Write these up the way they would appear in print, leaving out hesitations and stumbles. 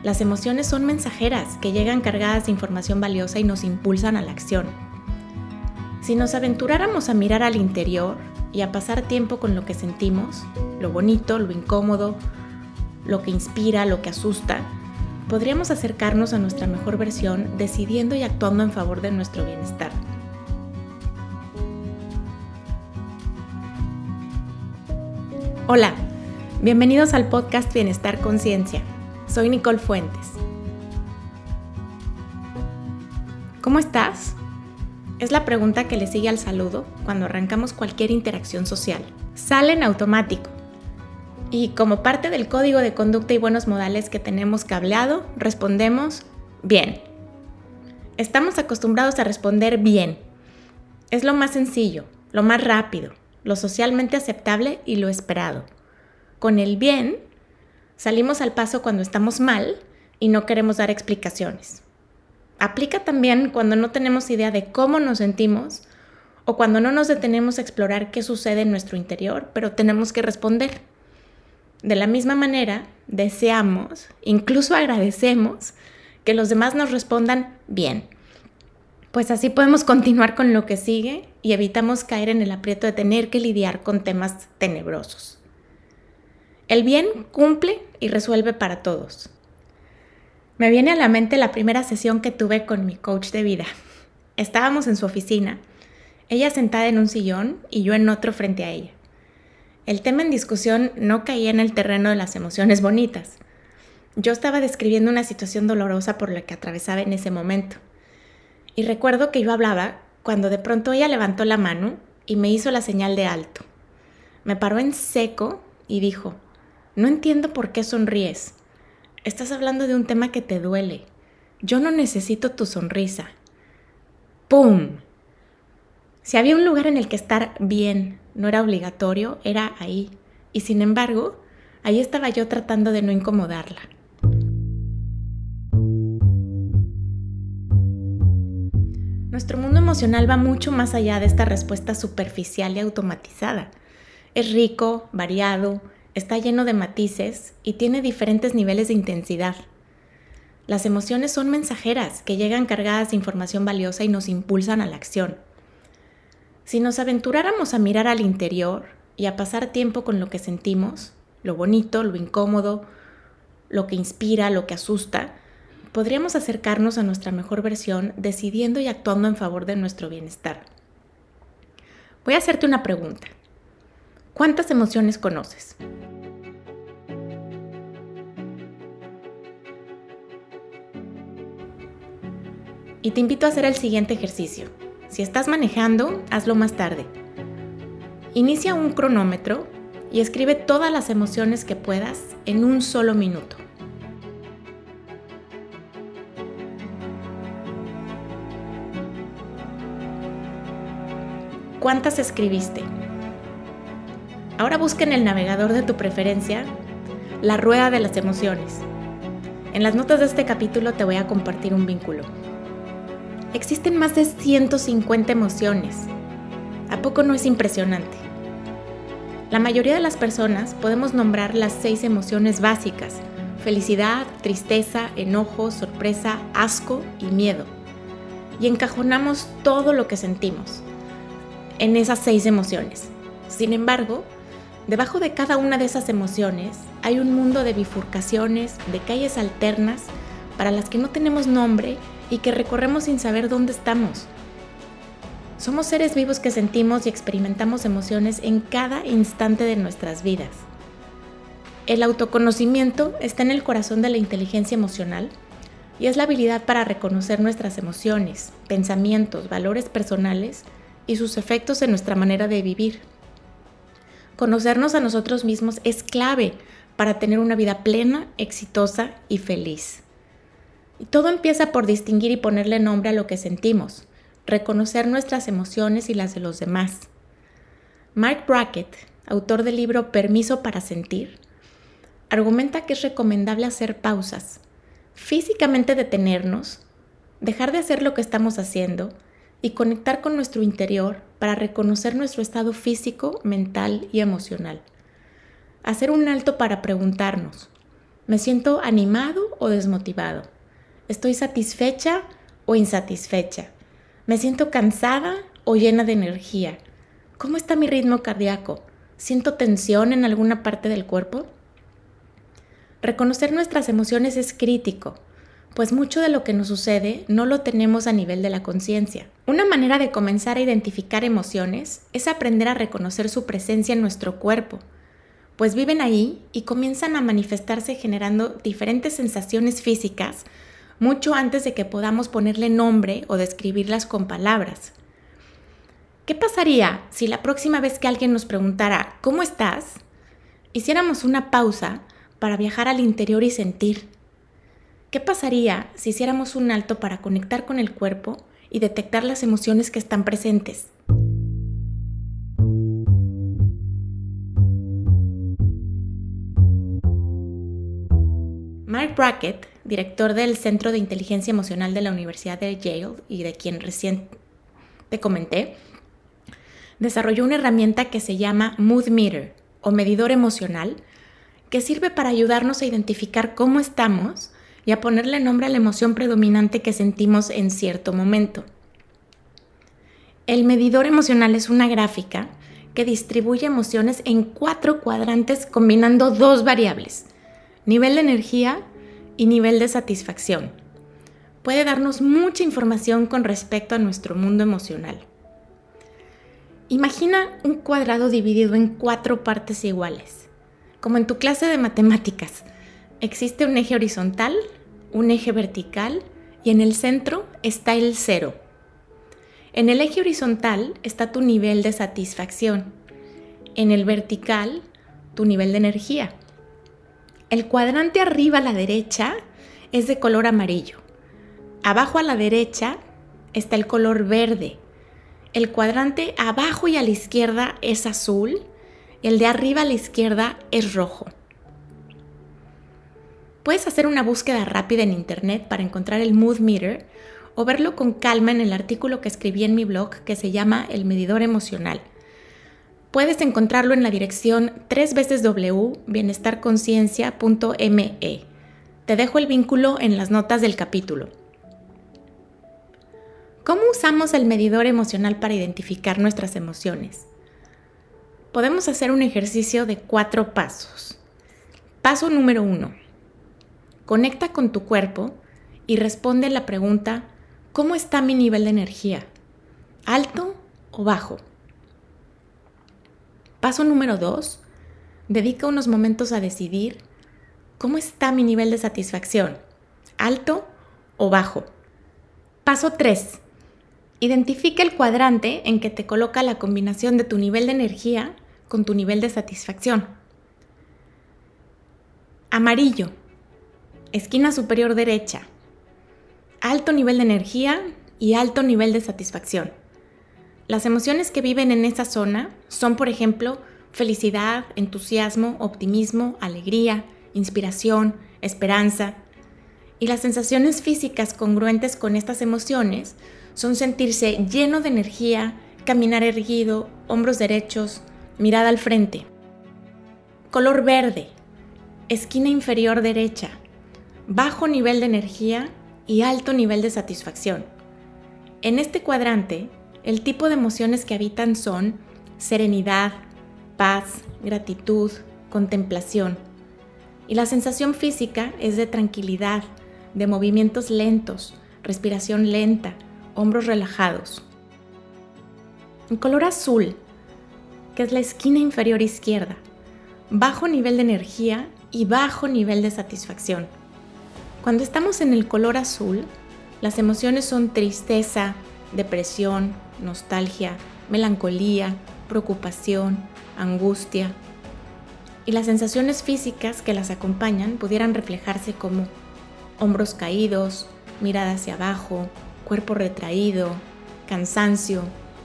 Las emociones son mensajeras que llegan cargadas de información valiosa y nos impulsan a la acción. Si nos aventuráramos a mirar al interior y a pasar tiempo con lo que sentimos, lo bonito, lo incómodo, lo que inspira, lo que asusta, podríamos acercarnos a nuestra mejor versión decidiendo y actuando en favor de nuestro bienestar. Hola, bienvenidos al podcast Bienestar Conciencia. Soy Nicole Fuentes. ¿Cómo estás? Es la pregunta que le sigue al saludo cuando arrancamos cualquier interacción social. Sale en automático. Y como parte del código de conducta y buenos modales que tenemos cableado, respondemos bien. Estamos acostumbrados a responder bien. Es lo más sencillo, lo más rápido, lo socialmente aceptable y lo esperado. Con el bien, salimos al paso cuando estamos mal y no queremos dar explicaciones. Aplica también cuando no tenemos idea de cómo nos sentimos o cuando no nos detenemos a explorar qué sucede en nuestro interior, pero tenemos que responder. De la misma manera, deseamos, incluso agradecemos, que los demás nos respondan bien. Pues así podemos continuar con lo que sigue y evitamos caer en el aprieto de tener que lidiar con temas tenebrosos. El bien cumple y resuelve para todos. Me viene a la mente la primera sesión que tuve con mi coach de vida. Estábamos en su oficina, ella sentada en un sillón y yo en otro frente a ella. El tema en discusión no caía en el terreno de las emociones bonitas. Yo estaba describiendo una situación dolorosa por la que atravesaba en ese momento. Y recuerdo que yo hablaba cuando de pronto ella levantó la mano y me hizo la señal de alto. Me paró en seco y dijo: "No entiendo por qué sonríes. Estás hablando de un tema que te duele. Yo no necesito tu sonrisa". ¡Pum! Si había un lugar en el que estar bien no era obligatorio, era ahí. Y sin embargo, ahí estaba yo tratando de no incomodarla. Nuestro mundo emocional va mucho más allá de esta respuesta superficial y automatizada. Es rico, variado, está lleno de matices y tiene diferentes niveles de intensidad. Las emociones son mensajeras que llegan cargadas de información valiosa y nos impulsan a la acción. Si nos aventuráramos a mirar al interior y a pasar tiempo con lo que sentimos, lo bonito, lo incómodo, lo que inspira, lo que asusta, podríamos acercarnos a nuestra mejor versión decidiendo y actuando en favor de nuestro bienestar. Voy a hacerte una pregunta. ¿Cuántas emociones conoces? Y te invito a hacer el siguiente ejercicio. Si estás manejando, hazlo más tarde. Inicia un cronómetro y escribe todas las emociones que puedas en un solo minuto. ¿Cuántas escribiste? Ahora busca en el navegador de tu preferencia la rueda de las emociones. En las notas de este capítulo te voy a compartir un vínculo. Existen más de 150 emociones. ¿A poco no es impresionante? La mayoría de las personas podemos nombrar las 6 emociones básicas: felicidad, tristeza, enojo, sorpresa, asco y miedo. Y encajonamos todo lo que sentimos en esas 6 emociones. Sin embargo, debajo de cada una de esas emociones hay un mundo de bifurcaciones, de calles alternas para las que no tenemos nombre y que recorremos sin saber dónde estamos. Somos seres vivos que sentimos y experimentamos emociones en cada instante de nuestras vidas. El autoconocimiento está en el corazón de la inteligencia emocional y es la habilidad para reconocer nuestras emociones, pensamientos, valores personales y sus efectos en nuestra manera de vivir. Conocernos a nosotros mismos es clave para tener una vida plena, exitosa y feliz. Y todo empieza por distinguir y ponerle nombre a lo que sentimos, reconocer nuestras emociones y las de los demás. Mark Brackett, autor del libro Permiso para Sentir, argumenta que es recomendable hacer pausas, físicamente detenernos, dejar de hacer lo que estamos haciendo y conectar con nuestro interior para reconocer nuestro estado físico, mental y emocional. Hacer un alto para preguntarnos: Me siento animado o desmotivado. Estoy satisfecha o insatisfecha. Me siento cansada o llena de energía. ¿Cómo está mi ritmo cardíaco? ¿Siento tensión en alguna parte del cuerpo? Reconocer nuestras emociones es crítico, pues mucho de lo que nos sucede no lo tenemos a nivel de la conciencia. Una manera de comenzar a identificar emociones es aprender a reconocer su presencia en nuestro cuerpo, pues viven ahí y comienzan a manifestarse generando diferentes sensaciones físicas mucho antes de que podamos ponerle nombre o describirlas con palabras. ¿Qué pasaría si la próxima vez que alguien nos preguntara ¿cómo estás?, hiciéramos una pausa para viajar al interior y sentir? ¿Qué pasaría si hiciéramos un alto para conectar con el cuerpo y detectar las emociones que están presentes? Mark Brackett, director del Centro de Inteligencia Emocional de la Universidad de Yale y de quien recién te comenté, desarrolló una herramienta que se llama Mood Meter o medidor emocional, que sirve para ayudarnos a identificar cómo estamos y a ponerle nombre a la emoción predominante que sentimos en cierto momento. El medidor emocional es una gráfica que distribuye emociones en 4 cuadrantes combinando 2 variables, nivel de energía y nivel de satisfacción. Puede darnos mucha información con respecto a nuestro mundo emocional. Imagina un cuadrado dividido en 4 partes iguales. Como en tu clase de matemáticas, existe un eje horizontal, un eje vertical y en el centro está el 0. En el eje horizontal está tu nivel de satisfacción. En el vertical, tu nivel de energía. El cuadrante arriba a la derecha es de color amarillo. Abajo a la derecha está el color verde. El cuadrante abajo y a la izquierda es azul. El de arriba a la izquierda es rojo. Puedes hacer una búsqueda rápida en internet para encontrar el Mood Meter o verlo con calma en el artículo que escribí en mi blog que se llama El Medidor Emocional. Puedes encontrarlo en la dirección www.bienestarconciencia.me. Te dejo el vínculo en las notas del capítulo. ¿Cómo usamos el medidor emocional para identificar nuestras emociones? Podemos hacer un ejercicio de 4 pasos. Paso número 1. Conecta con tu cuerpo y responde la pregunta ¿cómo está mi nivel de energía? ¿Alto o bajo? Paso número 2. Dedica unos momentos a decidir ¿cómo está mi nivel de satisfacción? ¿Alto o bajo? Paso 3. Identifica el cuadrante en que te coloca la combinación de tu nivel de energía con tu nivel de satisfacción. Amarillo, esquina superior derecha, alto nivel de energía y alto nivel de satisfacción. Las emociones que viven en esa zona son, por ejemplo, felicidad, entusiasmo, optimismo, alegría, inspiración, esperanza. Y las sensaciones físicas congruentes con estas emociones son sentirse lleno de energía, caminar erguido, hombros derechos, mirada al frente. Color verde, esquina inferior derecha, bajo nivel de energía y alto nivel de satisfacción. En este cuadrante, el tipo de emociones que habitan son serenidad, paz, gratitud, contemplación. Y la sensación física es de tranquilidad, de movimientos lentos, respiración lenta, hombros relajados. En color azul, que es la esquina inferior izquierda, bajo nivel de energía y bajo nivel de satisfacción. Cuando estamos en el color azul, las emociones son tristeza, depresión, nostalgia, melancolía, preocupación, angustia. Y las sensaciones físicas que las acompañan pudieran reflejarse como hombros caídos, mirada hacia abajo, cuerpo retraído, cansancio.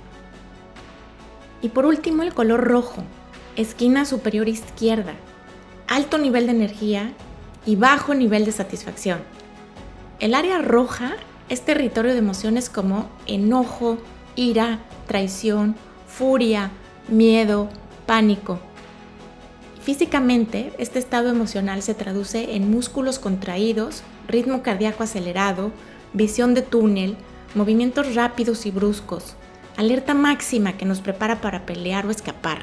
Y por último, el color rojo, esquina superior izquierda, alto nivel de energía y bajo nivel de satisfacción. El área roja es territorio de emociones como enojo, ira, traición, furia, miedo, pánico. Físicamente, este estado emocional se traduce en músculos contraídos, ritmo cardíaco acelerado, visión de túnel, movimientos rápidos y bruscos, alerta máxima que nos prepara para pelear o escapar.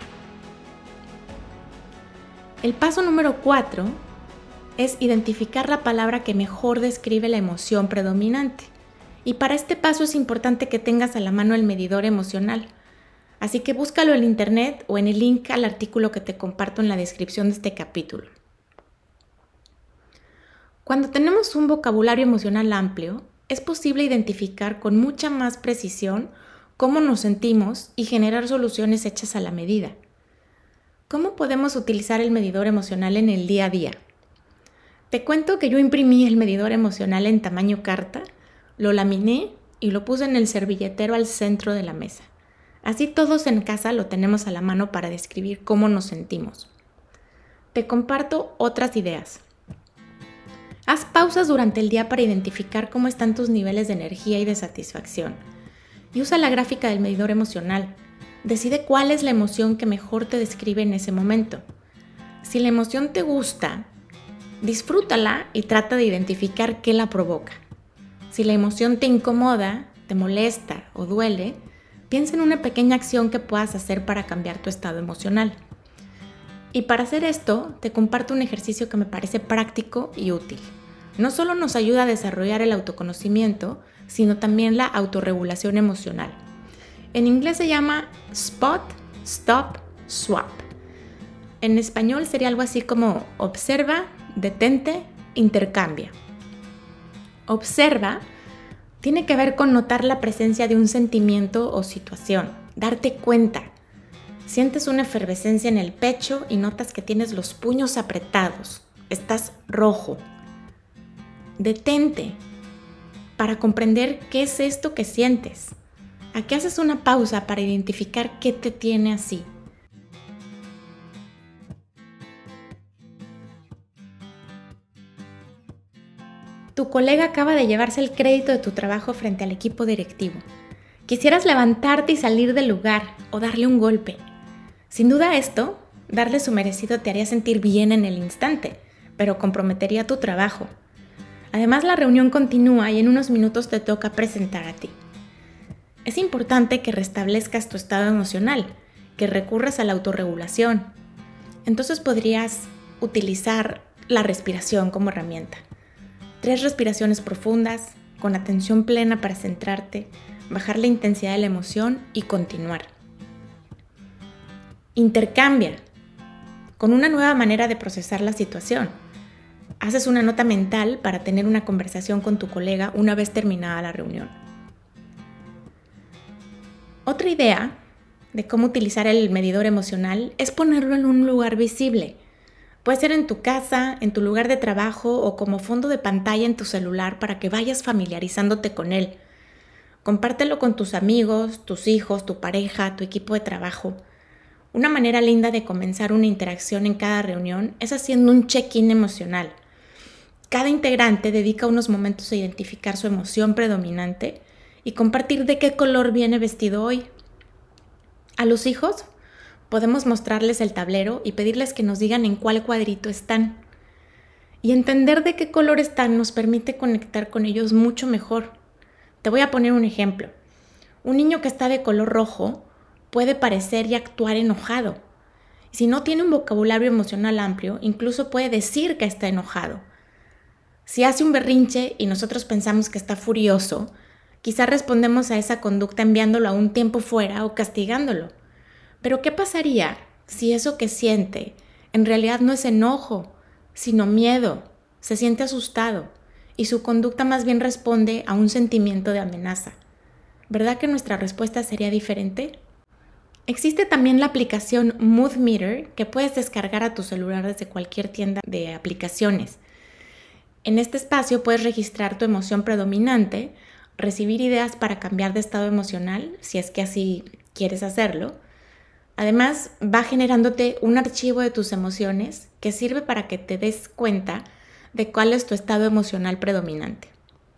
El paso número 4 es identificar la palabra que mejor describe la emoción predominante. Y para este paso es importante que tengas a la mano el medidor emocional. Así que búscalo en internet o en el link al artículo que te comparto en la descripción de este capítulo. Cuando tenemos un vocabulario emocional amplio, es posible identificar con mucha más precisión cómo nos sentimos y generar soluciones hechas a la medida. ¿Cómo podemos utilizar el medidor emocional en el día a día? Te cuento que yo imprimí el medidor emocional en tamaño carta, lo laminé y lo puse en el servilletero al centro de la mesa. Así todos en casa lo tenemos a la mano para describir cómo nos sentimos. Te comparto otras ideas. Haz pausas durante el día para identificar cómo están tus niveles de energía y de satisfacción. Y usa la gráfica del medidor emocional. Decide cuál es la emoción que mejor te describe en ese momento. Si la emoción te gusta, disfrútala y trata de identificar qué la provoca. Si la emoción te incomoda, te molesta o duele, piensa en una pequeña acción que puedas hacer para cambiar tu estado emocional. Y para hacer esto, te comparto un ejercicio que me parece práctico y útil. No solo nos ayuda a desarrollar el autoconocimiento, sino también la autorregulación emocional. En inglés se llama Spot, Stop, Swap. En español sería algo así como observa, detente, intercambia. Observa tiene que ver con notar la presencia de un sentimiento o situación, darte cuenta. Sientes una efervescencia en el pecho y notas que tienes los puños apretados, estás rojo. Detente para comprender qué es esto que sientes. Aquí haces una pausa para identificar qué te tiene así. Tu colega acaba de llevarse el crédito de tu trabajo frente al equipo directivo. Quisieras levantarte y salir del lugar o darle un golpe. Sin duda esto, darle su merecido te haría sentir bien en el instante, pero comprometería tu trabajo. Además, la reunión continúa y en unos minutos te toca presentar a ti. Es importante que restablezcas tu estado emocional, que recurras a la autorregulación. Entonces podrías utilizar la respiración como herramienta. 3 respiraciones profundas, con atención plena para centrarte, bajar la intensidad de la emoción y continuar. Intercambia con una nueva manera de procesar la situación. Haces una nota mental para tener una conversación con tu colega una vez terminada la reunión. Otra idea de cómo utilizar el medidor emocional es ponerlo en un lugar visible. Puede ser en tu casa, en tu lugar de trabajo o como fondo de pantalla en tu celular para que vayas familiarizándote con él. Compártelo con tus amigos, tus hijos, tu pareja, tu equipo de trabajo. Una manera linda de comenzar una interacción en cada reunión es haciendo un check-in emocional. Cada integrante dedica unos momentos a identificar su emoción predominante y compartir de qué color viene vestido hoy. A los hijos podemos mostrarles el tablero y pedirles que nos digan en cuál cuadrito están. Y entender de qué color están nos permite conectar con ellos mucho mejor. Te voy a poner un ejemplo. Un niño que está de color rojo puede parecer y actuar enojado. Si no tiene un vocabulario emocional amplio, incluso puede decir que está enojado. Si hace un berrinche y nosotros pensamos que está furioso, quizá respondemos a esa conducta enviándolo a un tiempo fuera o castigándolo. Pero ¿qué pasaría si eso que siente en realidad no es enojo, sino miedo? Se siente asustado y su conducta más bien responde a un sentimiento de amenaza. ¿Verdad que nuestra respuesta sería diferente? Existe también la aplicación Mood Meter que puedes descargar a tu celular desde cualquier tienda de aplicaciones. En este espacio puedes registrar tu emoción predominante, recibir ideas para cambiar de estado emocional, si es que así quieres hacerlo. Además, va generándote un archivo de tus emociones que sirve para que te des cuenta de cuál es tu estado emocional predominante.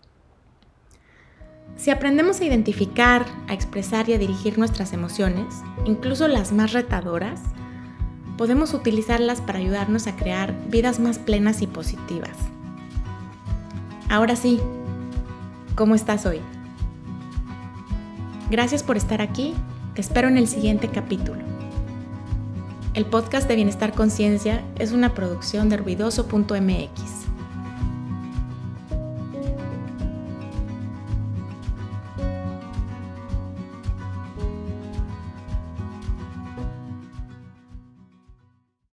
Si aprendemos a identificar, a expresar y a dirigir nuestras emociones, incluso las más retadoras, podemos utilizarlas para ayudarnos a crear vidas más plenas y positivas. Ahora sí, ¿cómo estás hoy? Gracias por estar aquí, te espero en el siguiente capítulo. El podcast de Bienestar Conciencia es una producción de Ruidoso.mx.